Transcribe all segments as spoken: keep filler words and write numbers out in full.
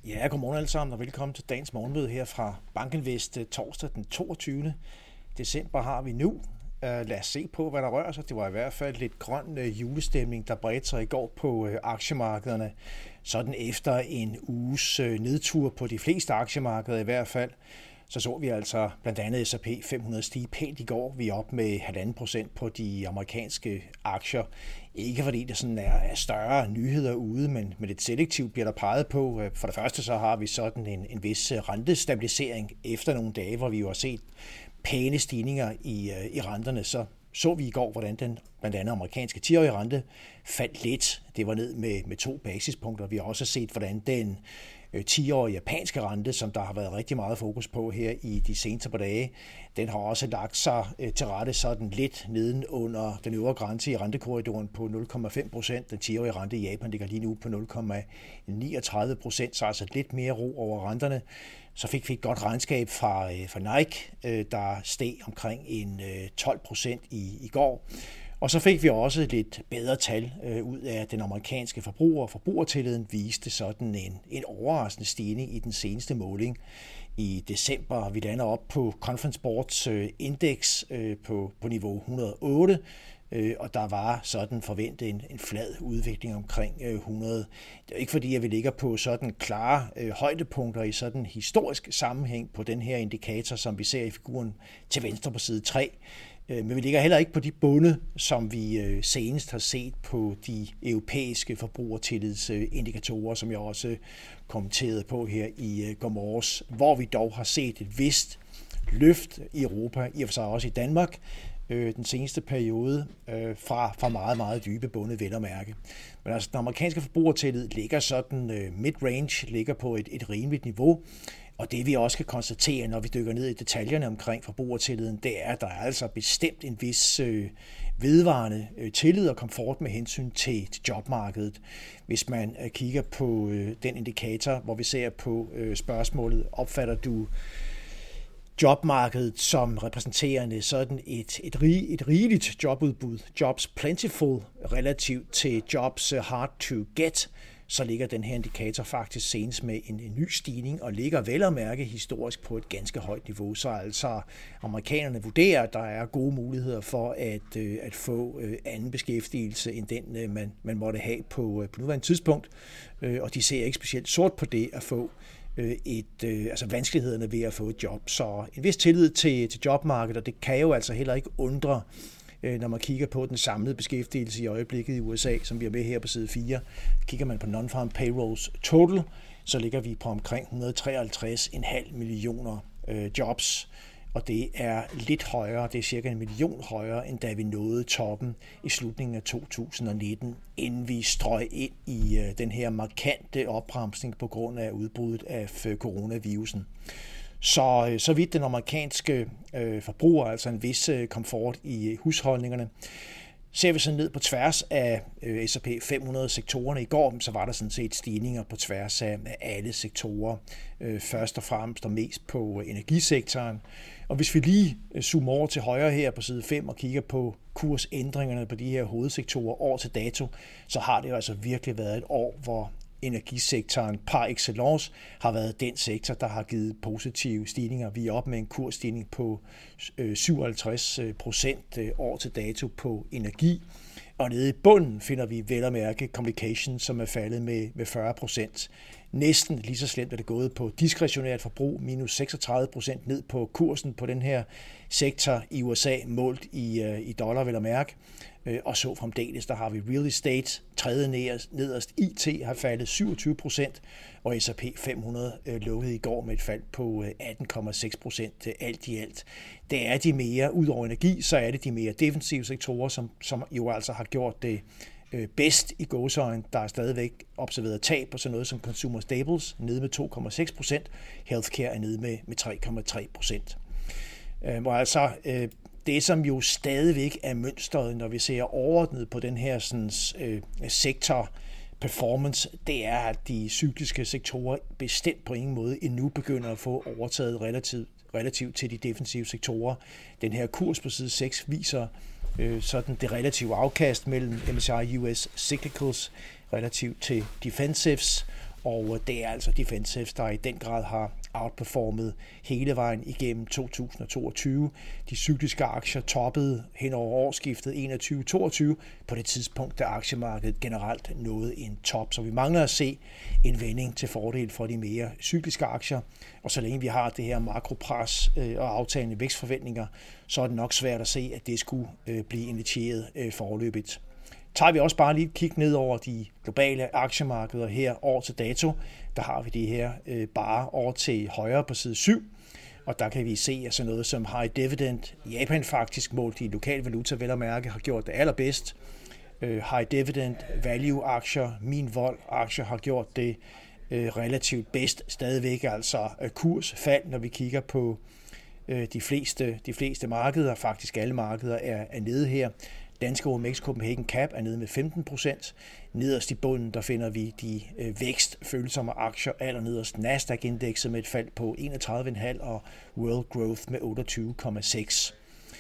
Ja, godmorgen alle sammen, og velkommen til dagens morgenmøde her fra Bankinvest torsdag den toogtyvende december har vi nu. Uh, lad os se på, hvad der rører sig. Det var i hvert fald lidt grøn uh, julestemning, der bredte sig i går på uh, aktiemarkederne. Sådan efter en uges uh, nedtur på de fleste aktiemarkeder i hvert fald, så så vi altså blandt andet S og P fem hundrede stige pænt i går. Vi er op med halvanden procent på de amerikanske aktier. Ikke fordi det sådan er større nyheder ude, men med lidt selektivt bliver der peget på. For det første så har vi sådan en, en vis rentestabilisering efter nogle dage, hvor vi jo har set pæne stigninger i, i renterne. Så så vi i går, hvordan den blandt andet amerikanske ti-årige rente faldt lidt. Det var ned med, med to basispunkter. Vi har også set, hvordan den ti-årige japanske rente, som der har været rigtig meget fokus på her i de seneste par dage, den har også lagt sig til rette sådan lidt neden under den øvre grænse i rentekorridoren på nul komma fem procent. Den ti-årige rente i Japan ligger lige nu på nul komma niogtredive procent, så altså lidt mere ro over renterne. Så fik vi et godt regnskab fra, fra Nike, der steg omkring en tolv procent i, i går. Og så fik vi også lidt bedre tal øh, ud af den amerikanske forbruger. Forbrugertilliden viste sådan en, en overraskende stigning i den seneste måling i december. Vi lander op på Conference Boards øh, indeks øh, på, på niveau et hundrede og otte, øh, og der var sådan forventet en, en flad udvikling omkring øh, hundrede. Det er ikke fordi, at vi ligger på sådan klare øh, højdepunkter i sådan historisk sammenhæng på den her indikator, som vi ser i figuren til venstre på side tre. Men vi ligger heller ikke på de bunde, som vi senest har set på de europæiske forbrugertillidsindikatorer, som jeg også kommenterede på her i går morges, hvor vi dog har set et vist løft i Europa, i og for sig også i Danmark, den seneste periode fra, fra meget, meget dybe bunde vel at mærke. Men altså, den amerikanske forbrugertillid ligger sådan mid-range, ligger på et, et rimeligt niveau. Og det vi også kan konstatere, når vi dykker ned i detaljerne omkring forbrugertilliden, det er, at der er altså bestemt en vis øh, vedvarende øh, tillid og komfort med hensyn til, til jobmarkedet. Hvis man øh, kigger på øh, den indikator, hvor vi ser på øh, spørgsmålet, opfatter du jobmarkedet som repræsenterende sådan et, et, rig, et rigeligt jobudbud, jobs plentiful relativt til jobs hard to get, så ligger den her indikator faktisk senest med en, en ny stigning og ligger vel at mærke historisk på et ganske højt niveau. Så altså amerikanerne vurderer, at der er gode muligheder for at, øh, at få øh, anden beskæftigelse end den, øh, man, man måtte have på, øh, på nuværende tidspunkt. Øh, og de ser ikke specielt sort på det at få øh, et, øh, altså vanskelighederne ved at få et job. Så en vis tillid til, til jobmarkedet, og det kan jo altså heller ikke undre, når man kigger på den samlede beskæftigelse i øjeblikket i U S A, som vi er med her på side fire. Kigger man på non-farm payrolls total, så ligger vi på omkring et hundrede og treoghalvtreds komma fem millioner øh, jobs, og det er lidt højere, det er cirka en million højere, end da vi nåede toppen i slutningen af to tusind og nitten, inden vi strøg ind i øh, den her markante opbremsning på grund af udbruddet af øh, coronavirusen. Så, så vidt den amerikanske øh, forbruger, altså en vis øh, komfort i husholdningerne. Ser vi så ned på tværs af øh, S og P fem hundrede sektorerne i går, så var der sådan set stigninger på tværs af, af alle sektorer. Øh, først og fremmest og mest på energisektoren. Og hvis vi lige zoomer over til højre her på side fem og kigger på kursændringerne på de her hovedsektorer år til dato, så har det jo altså virkelig været et år, hvor energisektoren par excellence har været den sektor, der har givet positive stigninger. Vi er oppe med en kursstigning på syvoghalvtreds procent år til dato på energi. Og nede i bunden finder vi vel at mærke communication, som er faldet med, med fyrre procent. Næsten lige så slemt er det gået på diskretionært forbrug, minus seksogtredive procent ned på kursen på den her sektor i U S A, målt i, i dollar vel at mærke. Og så fremdeles, der har vi real estate, tredje nederst, I T har faldet syvogtyve procent, og S og P fem hundrede lukkede i går med et fald på atten komma seks procent alt i alt. Det er de mere, ud over energi, så er det de mere defensive sektorer, som, som jo altså har gjort det bedst i gåseøjne. Der er stadigvæk observeret tab på sådan noget som consumer staples, nede med to komma seks procent, healthcare er nede med, med tre komma tre procent. Og altså det, som jo stadigvæk er mønstret, når vi ser overordnet på den her sådan, øh, sektor performance, det er, at de cykliske sektorer bestemt på ingen måde endnu begynder at få overtaget relativt, relativt til de defensive sektorer. Den her kurs på side seks viser øh, sådan det relative afkast mellem M S C I U S Cyclicals relativt til defensives, og det er altså defensives, der i den grad har outperformet hele vejen igennem to tusind og toogtyve. De cykliske aktier toppede hen over årsskiftet enogtyve toogtyve på det tidspunkt, da aktiemarkedet generelt nåede en top. Så vi mangler at se en vending til fordel for de mere cykliske aktier, og så længe vi har det her makropres og aftagende vækstforventninger, så er det nok svært at se, at det skulle blive initieret foreløbigt. Tager vi også bare lige et kig ned over de globale aktiemarkeder her år til dato, der har vi det her øh, bare over til højre på side syv, og der kan vi se, at sådan noget som high dividend, Japan faktisk målt i lokal valuta vel at mærke, har gjort det allerbedst. Øh, high dividend, value aktier, min vold aktier har gjort det øh, relativt bedst stadigvæk, altså øh, kursfald, når vi kigger på øh, de fleste, de fleste markeder, faktisk alle markeder er, er nede her. Danske O M X Copenhagen Cap er nede med femten procent. Nederst i bunden, der finder vi de øh, vækstfølsomme aktier, allernederst Nasdaq-indekset med et fald på enogtredive komma fem og World Growth med otteogtyve komma seks.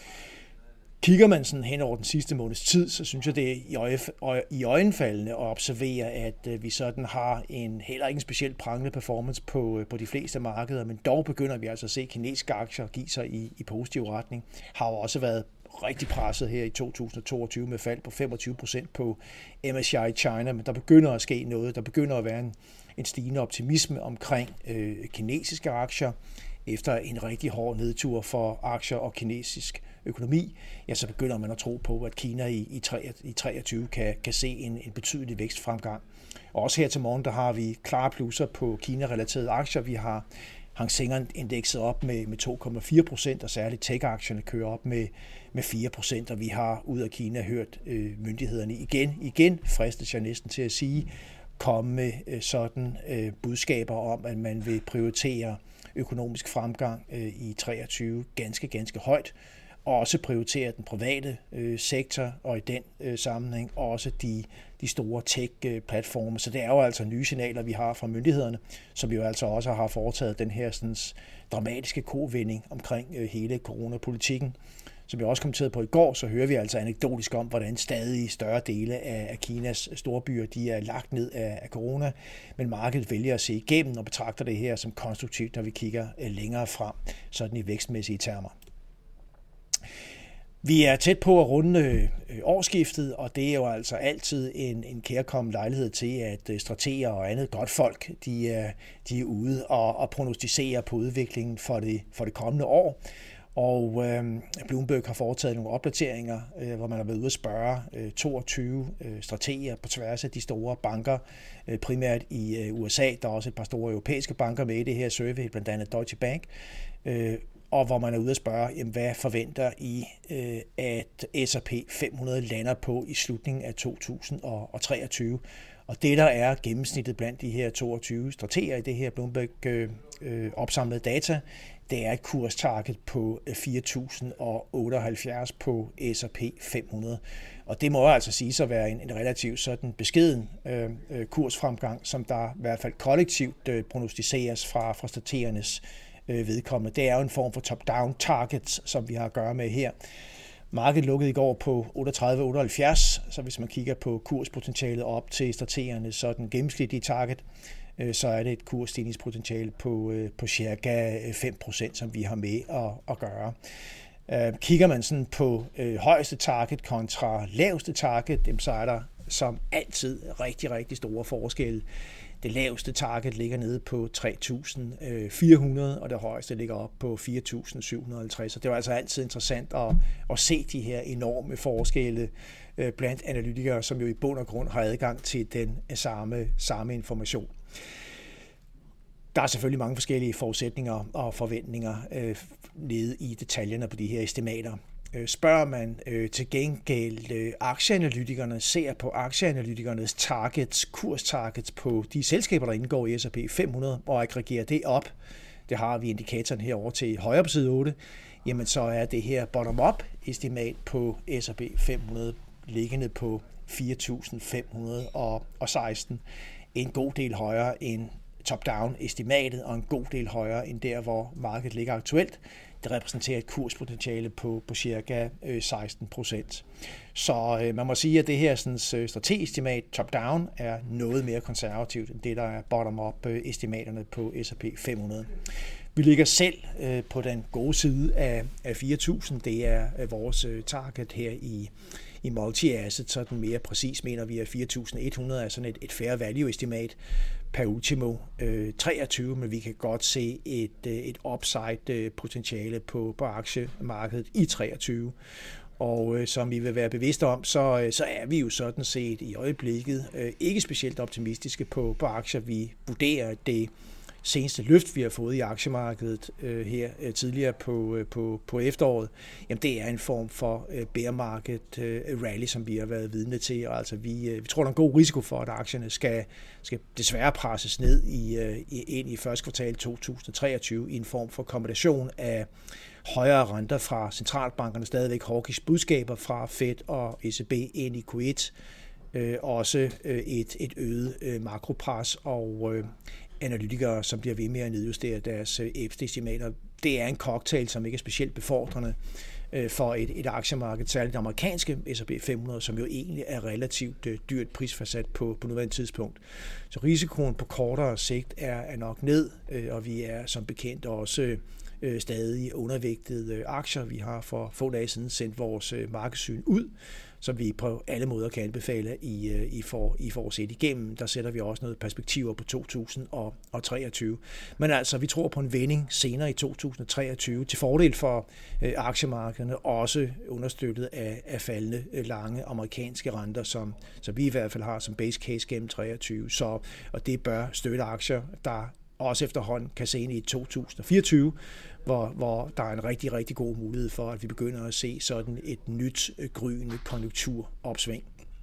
Kigger man sådan hen over den sidste måneds tid, så synes jeg, det er i øjenfaldende at observere, at øh, vi sådan har en heller ikke en specielt prangende performance på, øh, på de fleste markeder, men dog begynder vi altså at se kinesiske aktier give sig i, i positiv retning. Har jo også været rigtig presset her i to tusind og toogtyve med fald på femogtyve procent på M S C I China, men der begynder at ske noget. Der begynder at være en, en stigende optimisme omkring øh, kinesiske aktier. Efter en rigtig hård nedtur for aktier og kinesisk økonomi, ja, så begynder man at tro på, at Kina i, i, i treogtyve kan, kan se en, en betydelig vækstfremgang. Og også her til morgen, der har vi klare plusser på Kina-relaterede aktier. Vi har Hang Seng-indekset op med, med to komma fire procent, og særligt tech-aktierne kører op med, med fire procent, og vi har ud af Kina hørt øh, myndighederne igen, igen fristes jeg næsten til at sige, komme med øh, sådan øh, budskaber om, at man vil prioritere økonomisk fremgang øh, i treogtyve ganske, ganske højt, og også prioritere den private øh, sektor, og i den øh, sammenhæng også de, de store tech-platforme. Så det er jo altså nye signaler, vi har fra myndighederne, som jo altså også har foretaget den her sådan, dramatiske kovending omkring øh, hele coronapolitikken. Som jeg også kommenterede på i går, så hører vi altså anekdotisk om, hvordan stadig større dele af, af Kinas storbyer de er lagt ned af, af corona, men markedet vælger at se igennem og betragter det her som konstruktivt, når vi kigger øh, længere frem, sådan i vækstmæssige termer. Vi er tæt på at runde øh, årsskiftet, og det er jo altså altid en, en kærkommen lejlighed til, at øh, strateger og andet godt folk, de er, de er ude og, og prognostisere på udviklingen for det, for det kommende år. Og øh, Bloomberg har foretaget nogle opdateringer, øh, hvor man har været ude at spørge øh, toogtyve øh, strateger på tværs af de store banker, øh, primært i øh, U S A. Der er også et par store europæiske banker med i det her survey, blandt andet Deutsche Bank. Øh, og hvor man er ude at spørge, jamen, hvad forventer I, øh, at S og P fem hundrede lander på i slutningen af to tusind og treogtyve. Og det, der er gennemsnittet blandt de her toogtyve strateger i det her Bloomberg øh, øh, opsamlede data, det er et kurstarget på fire tusind otteoghalvfjerds på S og P fem hundrede. Og det må altså sige at være en, en relativt sådan beskeden øh, kursfremgang, som der i hvert fald kollektivt øh, prognostiseres fra, fra strategernes øh, vedkommende. Det er jo en form for top-down targets, som vi har at gøre med her. Markedet lukkede i går på otteogtredive otteoghalvfjerds, så hvis man kigger på kurspotentialet op til strategerne, så den gennemsnitlige target, så er det et kursstigningspotentiale på, på cirka fem procent, som vi har med at, at gøre. Kigger man sådan på højeste target kontra laveste target, så er der som altid rigtig, rigtig store forskelle. Det laveste target ligger nede på tre tusind fire hundrede, og det højeste ligger op på fire tusind syv hundrede og halvtreds. Så det er altså altid interessant at, at se de her enorme forskelle blandt analytikere, som jo i bund og grund har adgang til den samme, samme information. Der er selvfølgelig mange forskellige forudsætninger og forventninger øh, nede i detaljerne på de her estimater. Øh, spørger man øh, til gengæld øh, aktieanalytikerne, ser på aktieanalytikernes targets, kurstargets på de selskaber, der indgår i S og P fem hundrede, og aggregerer det op, det har vi indikatoren herovre til højre på side otte, jamen så er det her bottom-up estimat på S og P fem hundrede liggende på fire tusind fem hundrede og seksten, en god del højere end top-down estimatet og en god del højere end der, hvor markedet ligger aktuelt. Det repræsenterer et kurspotentiale på, på cirka seksten procent. Så øh, man må sige, at det her sådan, strategiestimat top-down er noget mere konservativt end det, der er bottom-up estimaterne på S og P fem hundrede. Vi ligger selv øh, på den gode side af, af fire tusind. Det er øh, vores øh, target her i, i multi-asset. Så den mere præcis mener vi, at fire tusind et hundrede er sådan et, et fair value-estimat per ultimo øh, treogtyve, men vi kan godt se et, et upside-potentiale på, på aktiemarkedet i treogtyve. Og øh, som I vil være bevidste om, så, øh, så er vi jo sådan set i øjeblikket øh, ikke specielt optimistiske på, på aktier. Vi vurderer det seneste løft, vi har fået i aktiemarkedet øh, her øh, tidligere på, øh, på, på efteråret, jamen det er en form for øh, bear market øh, rally, som vi har været vidne til. Og altså vi, øh, vi tror, der er en god risiko for, at aktierne skal, skal desværre presses ned i, øh, ind i første kvartal to tusind treogtyve i en form for kombination af højere renter fra centralbankerne, stadigvæk hawkish budskaber fra Fed og E C B ind i Q et, øh, også øh, et, et øget øh, makropres og øh, analytikere, som bliver ved med at nedjustere deres E B S-estimater. Det er en cocktail, som ikke er specielt befordrende for et, et aktiemarked, særligt det amerikanske S og P fem hundrede, som jo egentlig er relativt dyrt prisfastsat på, på nuværende tidspunkt. Så risikoen på kortere sigt er, er nok ned, og vi er som bekendt også øh, stadig undervægtede aktier. Vi har for få dage siden sendt vores markedssyn ud, som vi på alle måder kan anbefale, I, I, får, I får set igennem. Der sætter vi også noget perspektiver på to tusind treogtyve. Men altså, vi tror på en vending senere i to tusind treogtyve til fordel for øh, aktiemarkederne, også understøttet af, af faldende øh, lange amerikanske renter, som, som vi i hvert fald har som base case gennem treogtyve. Så, og det bør støtte aktier, der også efterhånden kan se ind i to tusind fireogtyve, hvor, hvor der er en rigtig, rigtig god mulighed for, at vi begynder at se sådan et nyt gryende konjunkturopsving.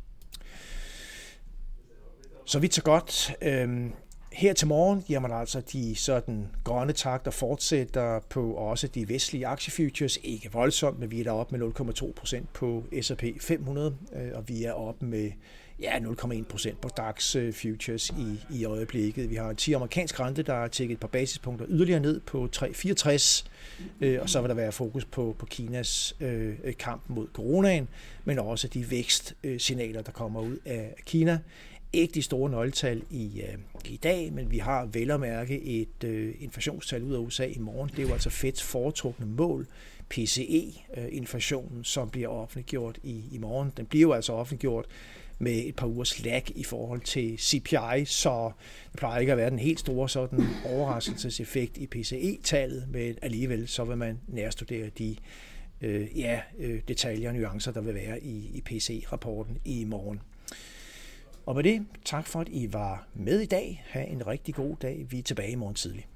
Så vidt så godt. Øhm, her til morgen, jamen altså de sådan grønne takter fortsætter på også de vestlige aktiefutures. Ikke voldsomt, men vi er deroppe med nul komma to procent på S og P fem hundrede, og vi er oppe med ja, nul komma en procent på DAX futures i, i øjeblikket. Vi har en ti amerikansk rente, der er tjekket et par basispunkter yderligere ned på tre komma fireogtres, øh, og så vil der være fokus på, på Kinas øh, kamp mod coronaen, men også de vækstsignaler, der kommer ud af Kina. Ikke de store nøgletal i, øh, i dag, men vi har vel at mærke et øh, inflationstal ud af U S A i morgen. Det er jo altså Feds foretrukne mål, P C E-inflationen, som bliver offentliggjort i, i morgen. Den bliver jo altså offentliggjort med et par ugers lag i forhold til C P I, så det plejer ikke at være den helt store sådan overraskelseseffekt i P C E-tallet, men alligevel så vil man nærstudere de øh, ja, øh, detaljer og nuancer, der vil være i, i P C E-rapporten i morgen. Og med det, tak for at I var med i dag. Ha' en rigtig god dag. Vi er tilbage i morgen tidlig.